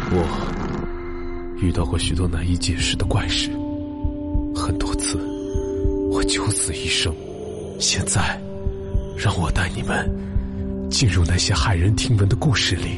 我遇到过许多难以解释的怪事，很多次我九死一生。现在让我带你们进入那些骇人听闻的故事里。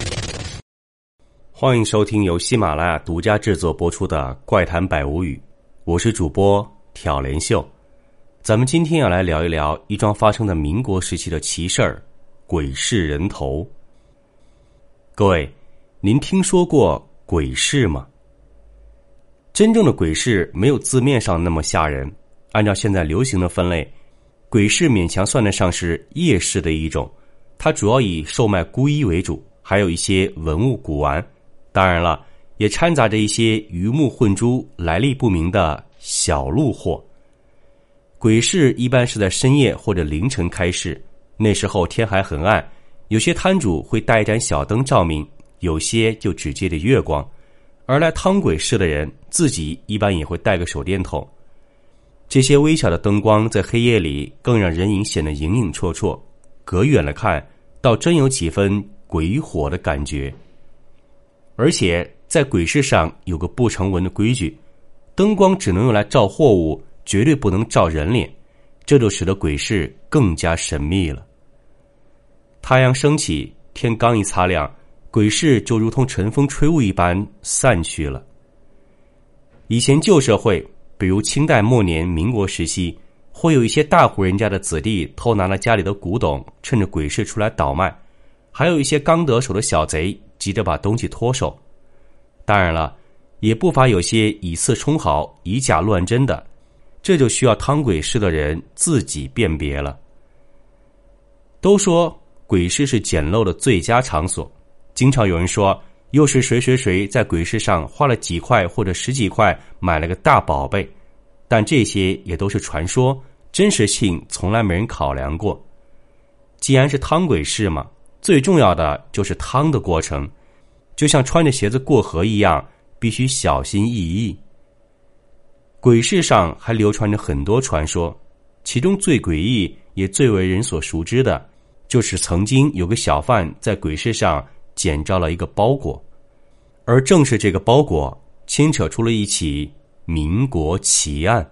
欢迎收听由喜马拉雅独家制作播出的《怪谈百无语》，我是主播挑帘秀。咱们今天要来聊一聊一桩发生在民国时期的奇事儿——鬼市人头。各位，您听说过鬼市吗？真正的鬼市没有字面上那么吓人，按照现在流行的分类，鬼市勉强算得上是夜市的一种，它主要以售卖孤衣为主，还有一些文物古玩，当然了，也掺杂着一些鱼目混珠、来历不明的小路货。鬼市一般是在深夜或者凌晨开市，那时候天还很暗，有些摊主会带一盏小灯照明，有些就只借着月光，而来趟鬼市的人自己一般也会带个手电筒。这些微小的灯光在黑夜里更让人影显得影影绰绰，隔远了看倒真有几分鬼火的感觉。而且在鬼市上有个不成文的规矩，灯光只能用来照货物，绝对不能照人脸，这就使得鬼市更加神秘了。太阳升起，天刚一擦亮，鬼市就如同晨风吹雾一般散去了。以前旧社会，比如清代末年民国时期，会有一些大户人家的子弟偷拿了家里的古董，趁着鬼市出来倒卖，还有一些刚得手的小贼急着把东西脱手。当然了，也不乏有些以次充好、以假乱真的，这就需要趟鬼市的人自己辨别了。都说鬼市是捡漏的最佳场所，经常有人说又是谁在鬼市上花了几块或者十几块买了个大宝贝，但这些也都是传说，真实性从来没人考量过。既然是趟鬼市嘛，最重要的就是趟的过程，就像穿着鞋子过河一样，必须小心翼翼。鬼市上还流传着很多传说，其中最诡异也最为人所熟知的，就是曾经有个小贩在鬼市上捡着了一个包裹，而正是这个包裹牵扯出了一起民国奇案。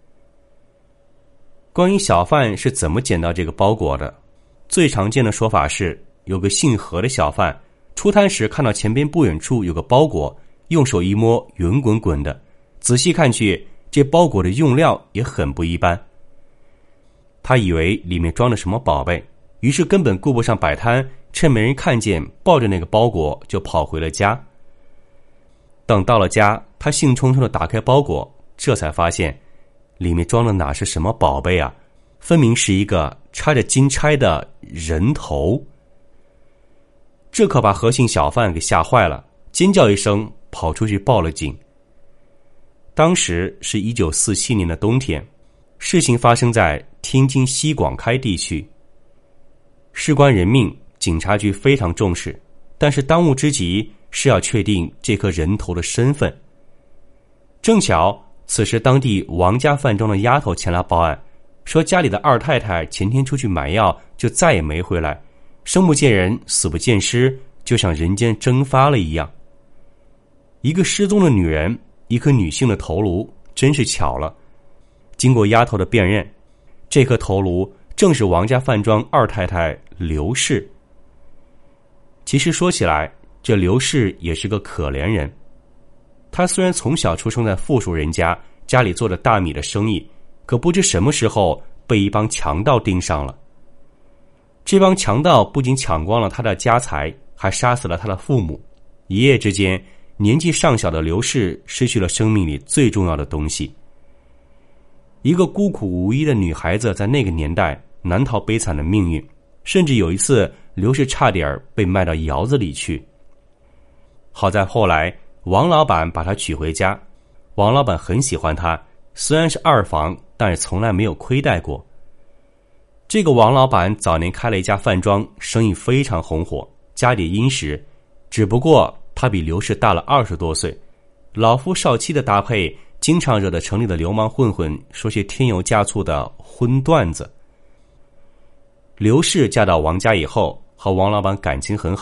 关于小贩是怎么捡到这个包裹的，最常见的说法是，有个姓何的小贩出摊时看到前边不远处有个包裹，用手一摸，圆滚滚的，仔细看去，这包裹的用料也很不一般。他以为里面装了什么宝贝，于是根本顾不上摆摊，趁没人看见，抱着那个包裹就跑回了家。等到了家，他兴冲冲地打开包裹，这才发现里面装的哪是什么宝贝啊，分明是一个插着金钗的人头。这可把何姓小贩给吓坏了，尖叫一声跑出去报了警。当时是1947年的冬天，事情发生在天津西广开地区。事关人命，警察局非常重视，但是当务之急是要确定这颗人头的身份。正巧此时当地王家饭庄的丫头前来报案，说家里的二太太前天出去买药就再也没回来，生不见人死不见尸，就像人间蒸发了一样。一个失踪的女人，一颗女性的头颅，真是巧了。经过丫头的辨认，这颗头颅正是王家饭庄二太太刘氏。其实说起来，这刘氏也是个可怜人。她虽然从小出生在富庶人家，家里做着大米的生意，可不知什么时候被一帮强盗盯上了。这帮强盗不仅抢光了他的家财，还杀死了他的父母。一夜之间，年纪尚小的刘氏失去了生命里最重要的东西。一个孤苦无依的女孩子在那个年代难逃悲惨的命运，甚至有一次刘氏差点被卖到窑子里去。好在后来王老板把她娶回家，王老板很喜欢她，虽然是二房，但是从来没有亏待过。这个王老板早年开了一家饭庄，生意非常红火，家里殷实，只不过他比刘氏大了20多岁，老夫少妻的搭配经常惹得城里的流氓混混说些添油加醋的荤段子。刘氏嫁到王家以后，和王老板感情很好，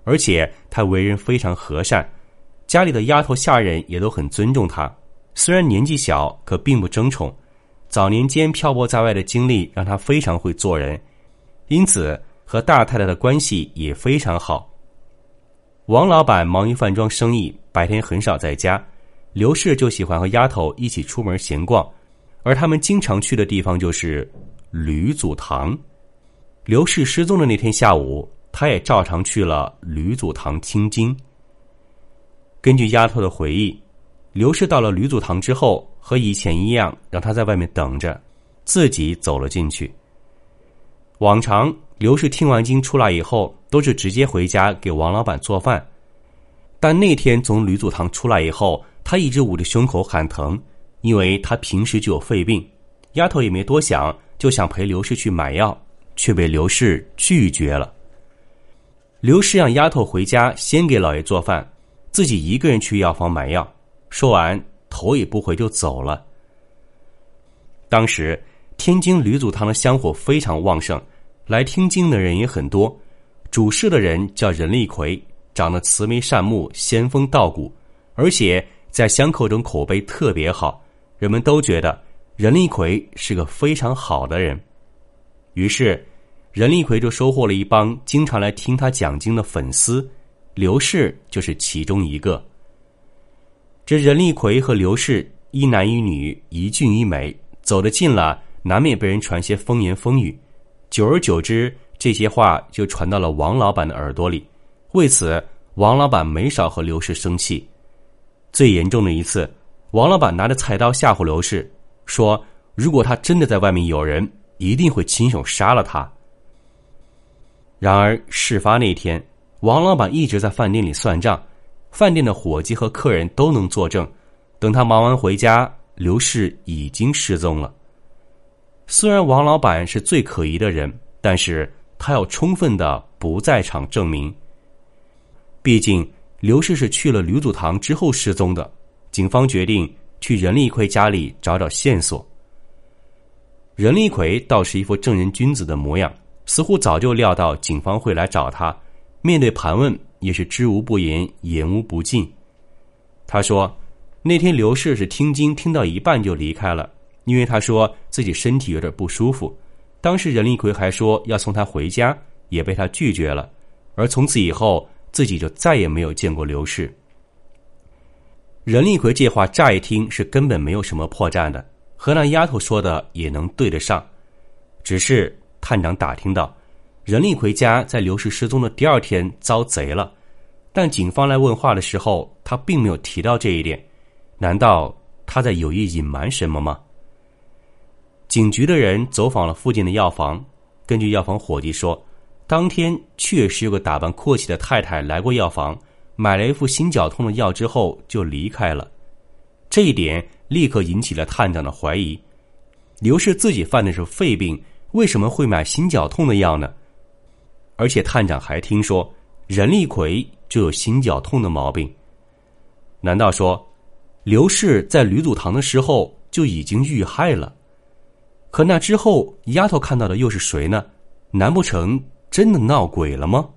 而且他为人非常和善，家里的丫头下人也都很尊重他。虽然年纪小，可并不争宠。早年间漂泊在外的经历让他非常会做人，因此和大太太的关系也非常好。王老板忙于饭庄生意，白天很少在家，刘氏就喜欢和丫头一起出门闲逛，而他们经常去的地方就是吕祖堂。刘氏失踪的那天下午，他也照常去了吕祖堂听经。根据丫头的回忆，刘氏到了吕祖堂之后，和以前一样，让他在外面等着，自己走了进去。往常刘氏听完经出来以后，都是直接回家给王老板做饭。但那天从吕祖堂出来以后，他一直捂着胸口喊疼，因为他平时就有肺病。丫头也没多想，就想陪刘氏去买药，却被刘氏拒绝了。刘氏让丫头回家先给老爷做饭，自己一个人去药房买药，说完头也不回就走了。当时天津吕祖堂的香火非常旺盛，来听经的人也很多。主事的人叫任立奎，长得慈眉善目，仙风道骨，而且在香客中口碑特别好，人们都觉得任立奎是个非常好的人。于是任立奎就收获了一帮经常来听他讲经的粉丝，刘氏就是其中一个。这任立奎和刘氏一男一女，一俊一美，走得近了，难免被人传些风言风语。久而久之，这些话就传到了王老板的耳朵里。为此，王老板没少和刘氏生气。最严重的一次，王老板拿着菜刀吓唬刘氏，说如果他真的在外面有人，一定会亲手杀了他。然而事发那天，王老板一直在饭店里算账，饭店的伙计和客人都能作证。等他忙完回家，刘氏已经失踪了。虽然王老板是最可疑的人，但是他要充分的不在场证明。毕竟刘氏是去了吕祖堂之后失踪的，警方决定去任立奎家里找找线索。任立奎倒是一副正人君子的模样，似乎早就料到警方会来找他，面对盘问也是知无不言，言无不尽。他说那天刘氏是听经听到一半就离开了，因为他说自己身体有点不舒服。当时任立奎还说要送他回家，也被他拒绝了，而从此以后自己就再也没有见过刘氏。任立奎这话乍一听是根本没有什么破绽的，和那丫头说的也能对得上。只是探长打听到任立奎家在刘氏失踪的第二天遭贼了，但警方来问话的时候，他并没有提到这一点。难道他在有意隐瞒什么吗？警局的人走访了附近的药房，根据药房伙计说，当天确实有个打扮阔气的太太来过药房，买了一副心绞痛的药之后就离开了。这一点立刻引起了探长的怀疑。刘氏自己犯的是肺病，为什么会买心绞痛的药呢？而且探长还听说任立奎就有心绞痛的毛病。难道说刘氏在吕祖堂的时候就已经遇害了？可那之后丫头看到的又是谁呢？难不成真的闹鬼了吗？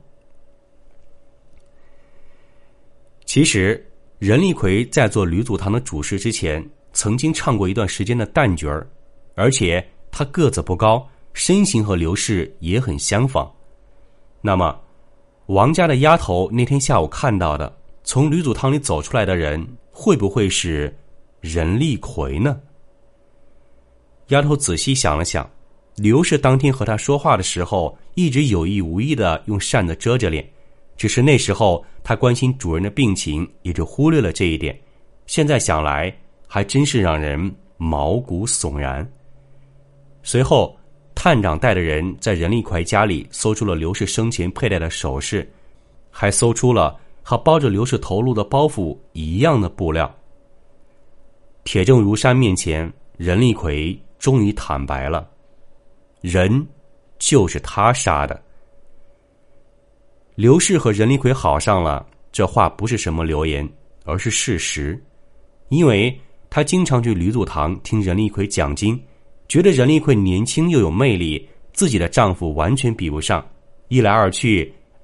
其实任立奎在做吕祖堂的主事之前，曾经唱过一段时间的旦角儿，而且他个子不高，身形和刘氏也很相仿。那么王家的丫头那天下午看到的从吕祖堂里走出来的人，会不会是任立奎呢？丫头仔细想了想，刘氏当天和他说话的时候，一直有意无意地用扇子遮着脸，只是那时候他关心主人的病情，也就忽略了这一点。现在想来，还真是让人毛骨悚然。随后探长带着人在任立奎家里搜出了刘氏生前佩戴的首饰，还搜出了和包着刘氏头颅的包袱一样的布料。铁证如山面前，任立奎终于坦白了，人就是他杀的。刘氏和任立奎好上了，这话不是什么流言，而是事实。因为他经常去吕祖堂听任立奎讲经，觉得任立奎年轻又有魅力，自己的丈夫完全比不上，一来二去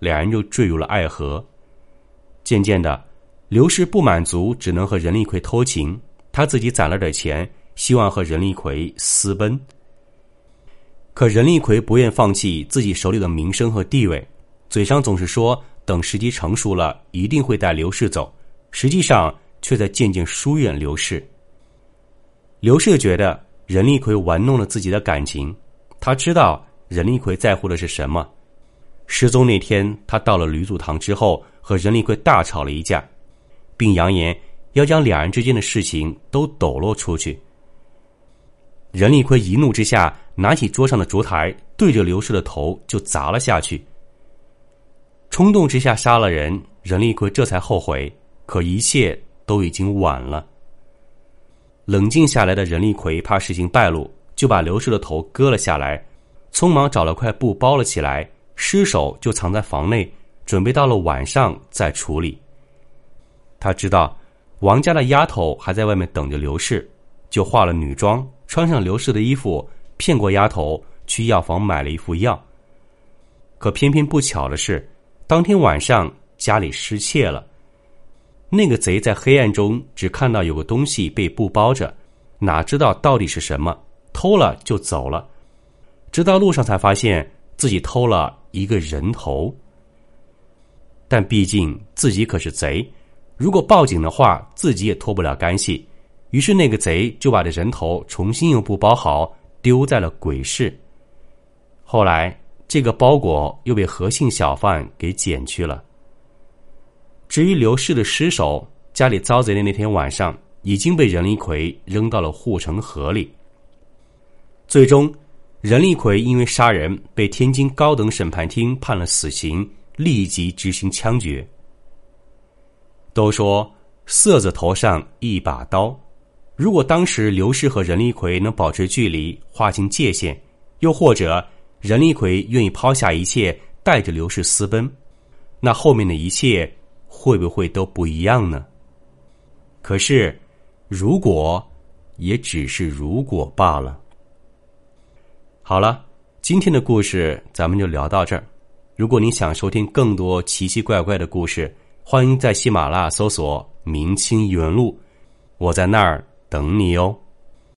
两人就坠入了爱河。渐渐的，刘氏不满足，只能和任利奎偷情，他自己攒了点钱，希望和任利奎私奔。可任利奎不愿放弃自己手里的名声和地位，嘴上总是说等时机成熟了一定会带刘氏走，实际上却在渐渐疏远刘氏。刘氏觉得任利奎玩弄了自己的感情，他知道任利奎在乎的是什么。失踪那天，他到了吕祖堂之后，和任利奎大吵了一架，并扬言要将两人之间的事情都抖落出去。任利奎一怒之下，拿起桌上的烛台，对着刘氏的头就砸了下去。冲动之下杀了人，任利奎这才后悔，可一切都已经晚了。冷静下来的任利奎怕事情败露，就把刘氏的头割了下来，匆忙找了块布包了起来，尸首就藏在房内，准备到了晚上再处理。他知道王家的丫头还在外面等着刘氏，就化了女装，穿上刘氏的衣服，骗过丫头去药房买了一副药。可偏偏不巧的是，当天晚上家里失窃了。那个贼在黑暗中只看到有个东西被布包着，哪知道到底是什么，偷了就走了。直到路上才发现自己偷了一个人头。但毕竟自己可是贼，如果报警的话自己也脱不了干系，于是那个贼就把这人头重新用布包好，丢在了鬼市。后来这个包裹又被何姓小贩给捡去了。至于刘氏的尸首，家里遭贼的那天晚上已经被任利奎扔到了护城河里。最终任利奎因为杀人被天津高等审判厅判了死刑，立即执行枪决。都说色字头上一把刀，如果当时刘氏和任利奎能保持距离，划清界限，又或者任利奎愿意抛下一切带着刘氏私奔，那后面的一切会不会都不一样呢？可是如果也只是如果罢了。好了，今天的故事咱们就聊到这儿。如果您想收听更多奇奇怪怪的故事，欢迎在喜马拉雅搜索明清异闻录，我在那儿等你哦。